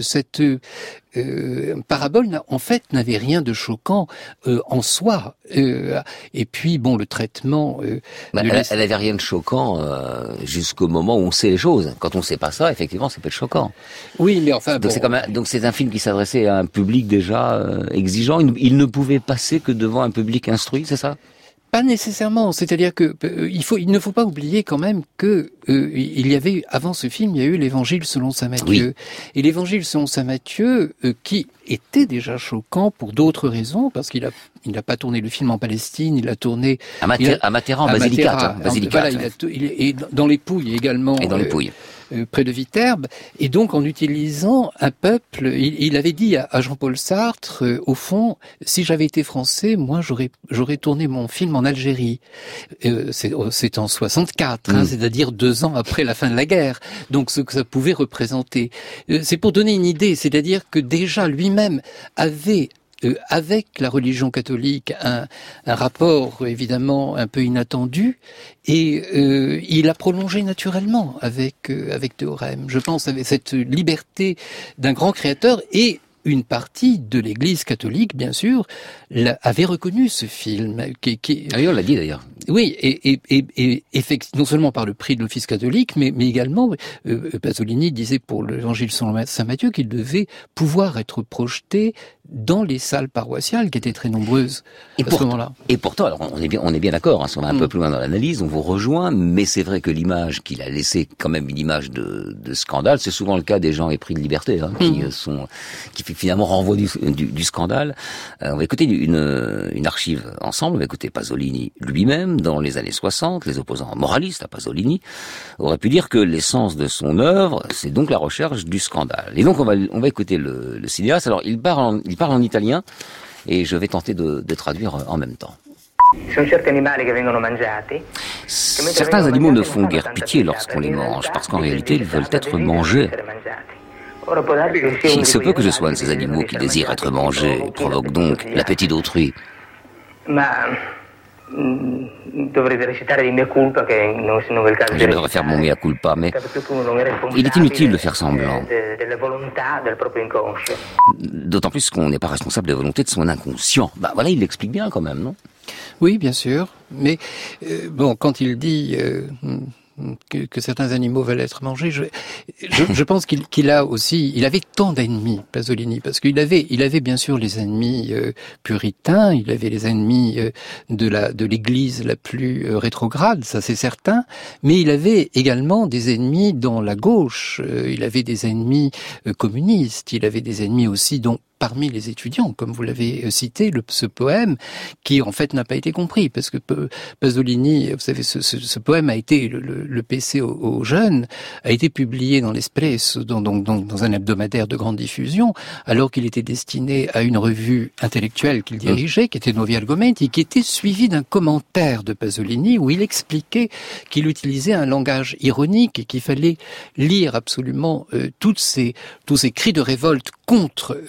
parabole, en fait, n'avait rien de choquant en soi. Et puis, bon, le traitement de la elle avait rien de choquant jusqu'au moment où on sait les choses. Quand on sait pas ça, effectivement, c'est peut être choquant. Oui, mais enfin... Donc donc c'est un film qui s'adressait à un public déjà exigeant. Il ne pouvait passer que devant un public instruit, c'est ça? Pas nécessairement. C'est-à-dire que il ne faut pas oublier quand même que il y avait avant ce film, il y a eu l'Évangile selon saint Matthieu. Oui. Et l'Évangile selon saint Matthieu, qui était déjà choquant pour d'autres raisons, parce qu'il n'a pas tourné le film en Palestine, il a tourné à Matera, Basilicate. Voilà, et dans les Pouilles également. Et dans les Pouilles. Près de Viterbe, et donc en utilisant un peuple, il avait dit à Jean-Paul Sartre, au fond, si j'avais été français, moi j'aurais tourné mon film en Algérie. C'est en 64, c'est-à-dire 2 ans après la fin de la guerre. Donc ce que ça pouvait représenter, c'est pour donner une idée, c'est-à-dire que déjà lui-même avait avec la religion catholique un rapport évidemment un peu inattendu, et il a prolongé naturellement avec Théorème. Je pense avec cette liberté d'un grand créateur, et une partie de l'Église catholique, bien sûr, avait reconnu ce film. Oui, on l'a dit d'ailleurs. Oui, et effectivement, non seulement par le prix de l'Office catholique, mais également, Pasolini disait pour l'Évangile selon saint Matthieu qu'il devait pouvoir être projeté dans les salles paroissiales qui étaient très nombreuses à ce moment-là. Et pourtant, alors on est bien d'accord, si on va un peu plus loin dans l'analyse, on vous rejoint, mais c'est vrai que l'image qu'il a laissée, quand même une image de scandale, c'est souvent le cas des gens épris de liberté, qui finalement renvoient du scandale. On va écouter une archive ensemble, on va écouter Pasolini lui-même, dans les années 60, les opposants moralistes à Pasolini auraient pu dire que l'essence de son œuvre, c'est donc la recherche du scandale. Et donc on va écouter le cinéaste. Alors il parle en italien, et je vais tenter de traduire en même temps. Certains animaux ne font guère pitié lorsqu'on les mange, parce qu'en réalité, ils veulent être mangés. Il se peut que je sois un de ces animaux qui désirent être mangés, et provoquent donc l'appétit d'autrui. Je devrais faire mon mea culpa, mais il est inutile de faire semblant. D'autant plus qu'on n'est pas responsable des volontés de son inconscient. Voilà, il l'explique bien quand même, non? Oui, bien sûr. Mais quand il dit que certains animaux veulent être mangés, je pense qu'il avait tant d'ennemis, Pasolini, parce qu'il avait bien sûr les ennemis puritains, il avait les ennemis de l'Église la plus rétrograde, ça c'est certain, mais il avait également des ennemis dans la gauche, il avait des ennemis communistes, il avait des ennemis aussi parmi les étudiants, comme vous l'avez cité, ce poème, qui en fait n'a pas été compris, parce que Pasolini, vous savez, ce poème a été, le PC aux jeunes, a été publié dans l'Espresso, dans un hebdomadaire de grande diffusion, alors qu'il était destiné à une revue intellectuelle qu'il dirigeait, qui était Nuovi Argomenti, qui était suivi d'un commentaire de Pasolini, où il expliquait qu'il utilisait un langage ironique et qu'il fallait lire absolument tous ces cris de révolte contre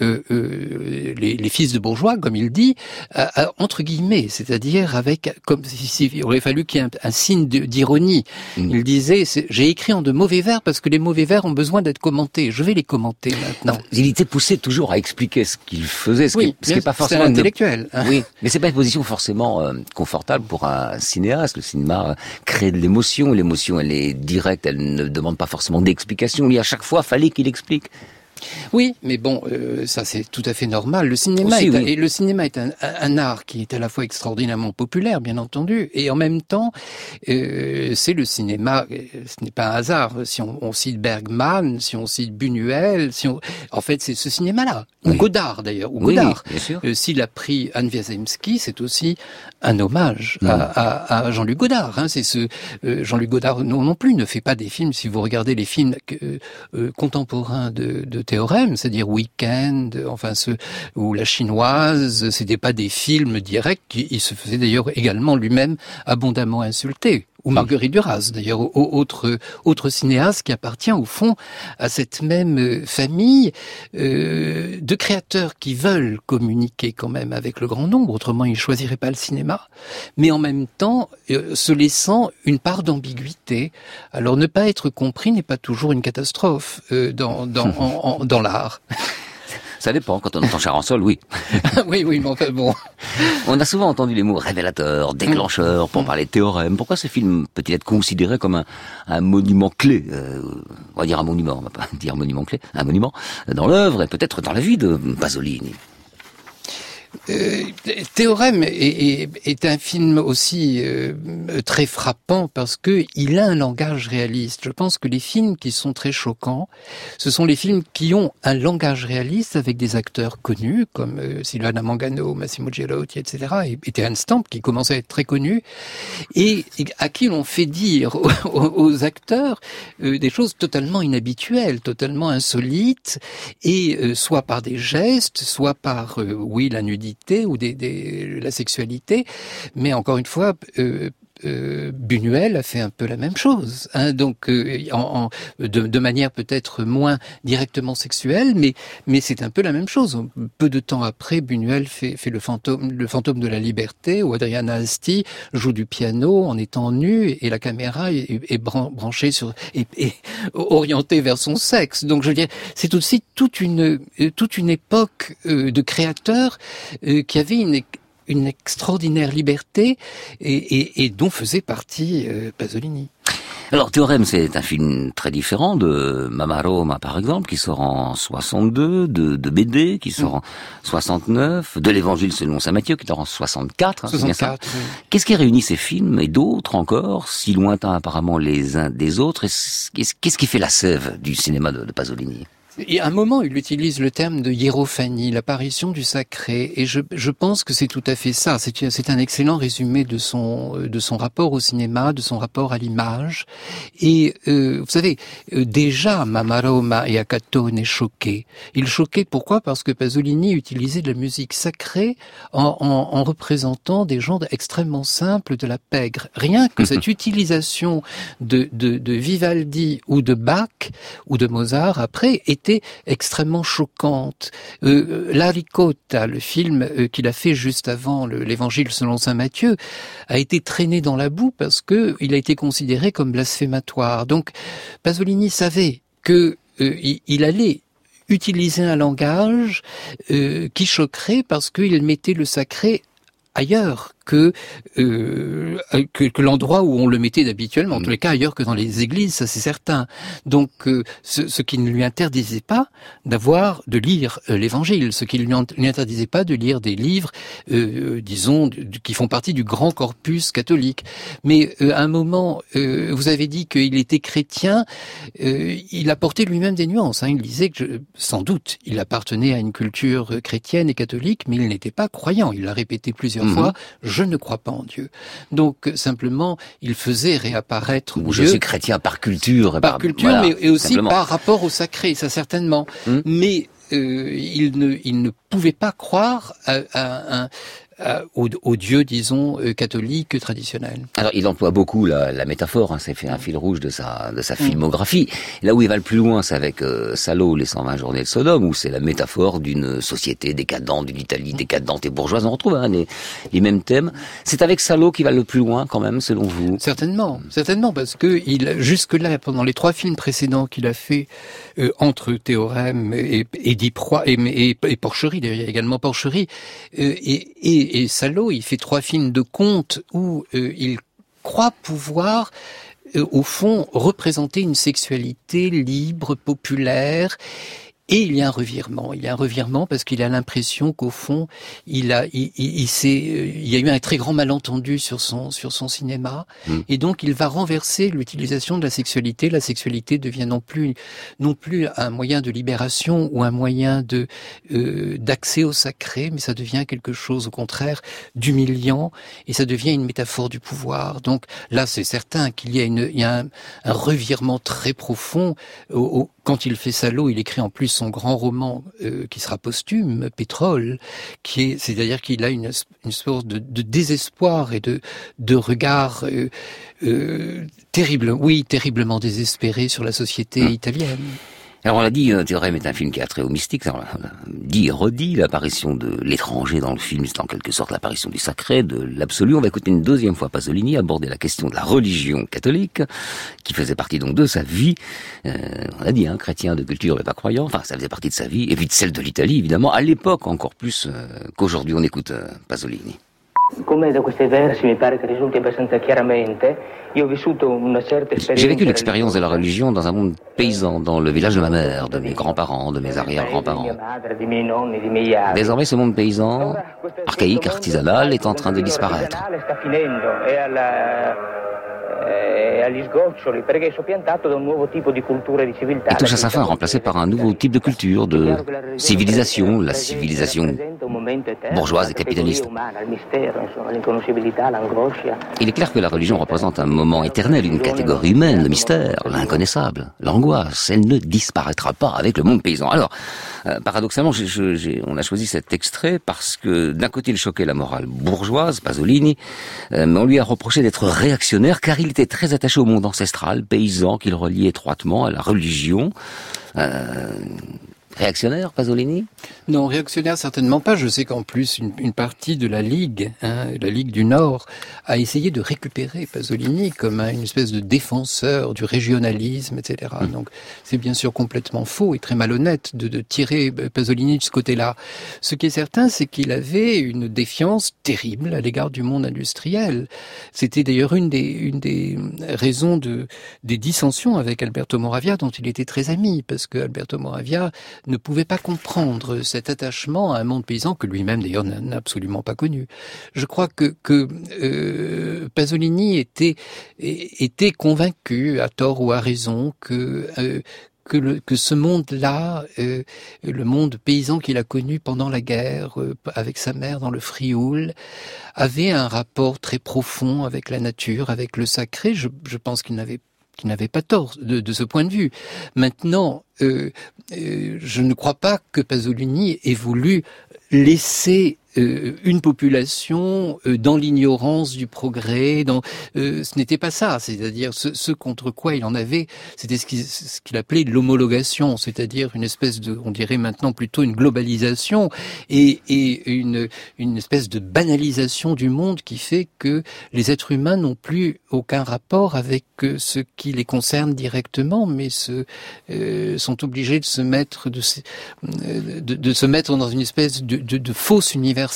les fils de bourgeois, comme il dit, entre guillemets, c'est-à-dire comme s'il aurait fallu qu'il y ait un signe d'ironie. Il disait, j'ai écrit en de mauvais vers parce que les mauvais vers ont besoin d'être commentés. Je vais les commenter maintenant. Il était poussé toujours à expliquer ce qu'il faisait, ce qui est pas forcément intellectuel. Oui, mais c'est pas une position forcément confortable pour un cinéaste. Le cinéma crée de l'émotion. L'émotion, elle est directe, elle ne demande pas forcément d'explication. À chaque fois, fallait qu'il explique. Oui, mais bon, ça c'est tout à fait normal. Le cinéma est un art qui est à la fois extraordinairement populaire, bien entendu, et en même temps, c'est le cinéma. Ce n'est pas un hasard. Si on cite Bergman, si on cite Buñuel, en fait, c'est ce cinéma-là. Ou Godard d'ailleurs, Godard. S'il a pris Anne Wiazemski, c'est aussi un hommage à Jean-Luc Godard. C'est Jean-Luc Godard non plus ne fait pas des films. Si vous regardez les films contemporains de Théorème, c'est-à-dire Week-end, ou La Chinoise, c'était pas des films directs. Il se faisait d'ailleurs également lui-même abondamment insulter. Ou Marguerite Duras, d'ailleurs, autre cinéaste qui appartient au fond à cette même famille de créateurs qui veulent communiquer quand même avec le grand nombre, autrement ils choisiraient pas le cinéma, mais en même temps se laissant une part d'ambiguïté. Alors ne pas être compris n'est pas toujours une catastrophe dans l'art. Ça dépend, quand on entend Charançol, oui. Oui, mais enfin bon. On a souvent entendu les mots révélateur, déclencheur, pour parler de Théorème. Pourquoi ce film peut-il être considéré comme un monument clé, on va dire un monument, on va pas dire monument clé, un monument dans l'œuvre et peut-être dans la vie de Pasolini? Théorème est un film aussi très frappant parce que il a un langage réaliste. Je pense que les films qui sont très choquants, ce sont les films qui ont un langage réaliste avec des acteurs connus comme Silvana Mangano, Massimo Girotti, etc. et Terence Stamp qui commençait à être très connus et à qui l'on fait dire aux acteurs des choses totalement inhabituelles, totalement insolites et soit par des gestes, soit par la nudité ou la sexualité, mais encore une fois, Buñuel a fait un peu la même chose, hein, donc de manière peut-être moins directement sexuelle, mais c'est un peu la même chose. Peu de temps après, Buñuel fait le fantôme de la liberté, où Adriana Asti joue du piano en étant nue et la caméra est branchée sur et orientée vers son sexe. Donc je veux dire, c'est aussi toute une époque de créateurs qui avaient une extraordinaire liberté et dont faisait partie Pasolini. Alors, Théorème, c'est un film très différent de Mamma Roma, par exemple, qui sort en 62, de BD, qui sort en 69, de l'Évangile selon saint Matthieu, qui sort en 64. 64, oui. Qu'est-ce qui réunit ces films et d'autres encore, si lointains apparemment les uns des autres, et qu'est-ce qui fait la sève du cinéma de Pasolini? Et à un moment, il utilise le terme de hiérophanie, l'apparition du sacré, et je pense que c'est tout à fait ça. C'est un excellent résumé de son rapport au cinéma, de son rapport à l'image. Et vous savez, déjà Mamma Roma et Accattone choquaient. Il choquait pourquoi? Parce que Pasolini utilisait de la musique sacrée en représentant des gens extrêmement simples de la pègre. Rien que cette utilisation de Vivaldi ou de Bach ou de Mozart après était extrêmement choquante. La Ricotta, le film qu'il a fait juste avant l'Évangile selon saint Matthieu, a été traîné dans la boue parce que il a été considéré comme blasphématoire. Donc Pasolini savait que il allait utiliser un langage qui choquerait parce qu'il mettait le sacré ailleurs que l'endroit où on le mettait habituellement, en tous les cas ailleurs que dans les églises, ça c'est certain. Donc ce qui ne lui interdisait pas de lire l'Évangile, ce qui ne lui interdisait pas de lire des livres, disons, qui font partie du grand corpus catholique. Mais à un moment, vous avez dit qu'il était chrétien, il apportait lui-même des nuances. Hein. Il disait que, sans doute, il appartenait à une culture chrétienne et catholique, mais il n'était pas croyant. Il l'a répété plusieurs fois. Je ne crois pas en Dieu. Donc simplement, il faisait réapparaître Dieu. Je suis chrétien par culture. Par culture, voilà, mais aussi simplement. Par rapport au sacré, ça certainement. Mais il ne pouvait pas croire au Dieu, disons, catholique traditionnel. Alors, il emploie beaucoup la métaphore, hein, c'est fait un fil rouge de sa filmographie. Là où il va le plus loin, c'est avec Salo, les 120 journées de Sodome, où c'est la métaphore d'une société décadente, d'une Italie décadente et bourgeoise. On retrouve les mêmes thèmes. C'est avec Salo qu'il va le plus loin, quand même, selon vous? Certainement, parce que jusque-là, pendant les 3 films précédents qu'il a fait, entre Théorème et Porcherie, d'ailleurs, il y a également Porcherie, et Salo, il fait 3 films de contes où il croit pouvoir, au fond, représenter une sexualité libre, populaire. Et il y a un revirement parce qu'il a l'impression qu'au fond, il y a eu un très grand malentendu sur son cinéma, et donc il va renverser l'utilisation de la sexualité. La sexualité devient non plus un moyen de libération ou un moyen d'accès au sacré, mais ça devient quelque chose au contraire d'humiliant, et ça devient une métaphore du pouvoir. Donc là, c'est certain qu'il y a un revirement très profond. Quand il fait Salo, il écrit en plus son grand roman qui sera posthume, Pétrole, c'est-à-dire qu'il a une sorte de désespoir et de regard terriblement désespéré sur la société italienne. Alors on l'a dit, Théorème est un film qui a trait au mystique. Alors, on a dit et redit l'apparition de l'étranger dans le film, c'est en quelque sorte l'apparition du sacré, de l'absolu. On va écouter une deuxième fois Pasolini aborder la question de la religion catholique, qui faisait partie donc de sa vie. On a dit, chrétien de culture mais pas croyant, enfin ça faisait partie de sa vie, et puis de celle de l'Italie évidemment, à l'époque encore plus qu'aujourd'hui. On écoute Pasolini. J'ai vécu l'expérience de la religion dans un monde paysan, dans le village de ma mère, de mes grands-parents, de mes arrière-grands-parents. Désormais, ce monde paysan, archaïque, artisanal, est en train de disparaître. Et touche à sa fin, remplacé par un nouveau type de culture, de civilisation, la civilisation bourgeoise et capitaliste. Il est clair que la religion représente un moment éternel, une catégorie humaine, le mystère, l'inconnaissable, l'angoisse. Elle ne disparaîtra pas avec le monde paysan. Alors, paradoxalement, on a choisi cet extrait parce que d'un côté, il choquait la morale bourgeoise, Pasolini, mais on lui a reproché d'être réactionnaire car il était très attaché au monde ancestral, paysan, qu'il reliait étroitement à la religion. Réactionnaire, Pasolini ? Non, réactionnaire certainement pas. Je sais qu'en plus, une partie de la Ligue, la Ligue du Nord, a essayé de récupérer Pasolini comme une espèce de défenseur du régionalisme, etc. Donc, c'est bien sûr complètement faux et très malhonnête de tirer Pasolini de ce côté-là. Ce qui est certain, c'est qu'il avait une défiance terrible à l'égard du monde industriel. C'était d'ailleurs une des raisons des dissensions avec Alberto Moravia, dont il était très ami, parce que Alberto Moravia ne pouvait pas comprendre cet attachement à un monde paysan que lui-même d'ailleurs n'a absolument pas connu. Je crois que Pasolini était convaincu, à tort ou à raison, que ce monde-là, le monde paysan qu'il a connu pendant la guerre, avec sa mère dans le Frioul, avait un rapport très profond avec la nature, avec le sacré. Je pense qu'il n'avait pas tort de ce point de vue. Maintenant, je ne crois pas que Pasolini ait voulu laisser une population dans l'ignorance du progrès. Ce n'était pas ça. C'est-à-dire ce contre quoi il en avait, c'était ce qu'il appelait l'homologation, c'est-à-dire une espèce de, on dirait maintenant plutôt une globalisation et une espèce de banalisation du monde qui fait que les êtres humains n'ont plus aucun rapport avec ce qui les concerne directement, mais sont obligés de se mettre dans une espèce de fausse universalisation.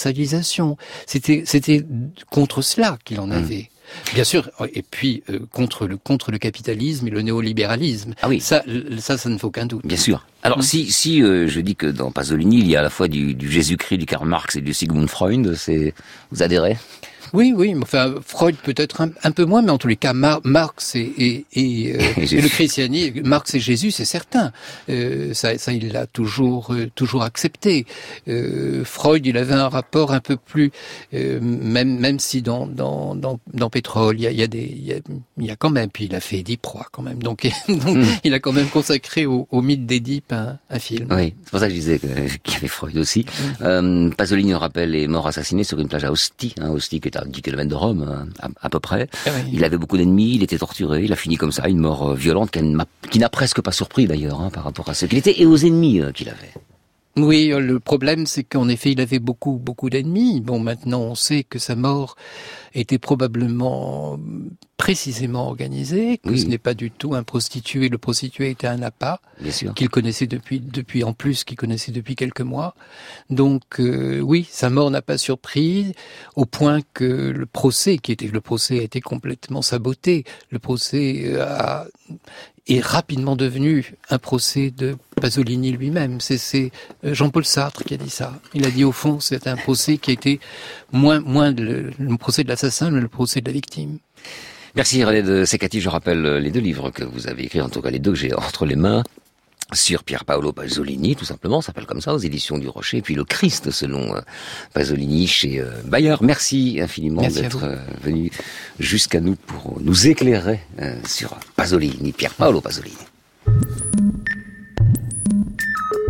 C'était contre cela qu'il en avait. Bien sûr, et puis contre le capitalisme et le néolibéralisme. Ah oui. Ça ne faut aucun doute. Bien sûr. Alors si je dis que dans Pasolini il y a à la fois du Jésus-Christ, du Karl Marx et du Sigmund Freud, vous adhérez ? Oui, enfin Freud peut-être un peu moins, mais en tous les cas Marx et le christianisme, Marx et Jésus, c'est certain. Ça il l'a toujours accepté. Freud, il avait un rapport un peu plus, même si dans Pétrole, il y a quand même, puis il a fait Édipe Roi quand même, donc il a quand même consacré au mythe d'Édipe un film. Oui, c'est pour ça que je disais qu'il y avait Freud aussi. Pasolini, on rappelle, est mort assassiné sur une plage à Ostie, Ostie qui est à 10 km de Rome, à peu près. Ah oui. Il avait beaucoup d'ennemis, il était torturé, il a fini comme ça, une mort violente qui n'a presque pas surpris d'ailleurs, par rapport à ce qu'il était et aux ennemis qu'il avait. Oui, le problème c'est qu'en effet il avait beaucoup d'ennemis. Bon, maintenant on sait que sa mort était probablement précisément organisée, que ce n'est pas du tout un prostitué. Le prostitué était un appât qu'il connaissait depuis en plus, qu'il connaissait depuis quelques mois. Donc oui, sa mort n'a pas surpris, au point que le procès a été complètement saboté. Le procès est rapidement devenu un procès de Pasolini lui-même. C'est Jean-Paul Sartre qui a dit ça. Il a dit au fond, c'est un procès qui a été moins le procès de l'assassin, mais le procès de la victime. Merci René de Secati. Je rappelle les deux livres que vous avez écrits, en tout cas les deux que j'ai entre les mains, sur Pier Paolo Pasolini, tout simplement, ça s'appelle comme ça, aux éditions du Rocher, et puis Le Christ, selon Pasolini, chez Bayer. Merci infiniment d'être venu jusqu'à nous pour nous éclairer sur Pasolini, Pier Paolo Pasolini.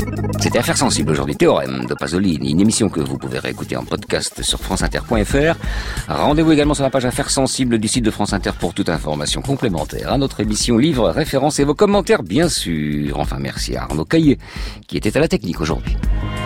C'était Affaires sensibles aujourd'hui, Théorème de Pasolini, une émission que vous pouvez réécouter en podcast sur franceinter.fr. Rendez-vous également sur la page Affaires sensibles du site de France Inter pour toute information complémentaire à notre émission, livres, références et vos commentaires bien sûr. Enfin merci à Arnaud Caillé qui était à la technique aujourd'hui.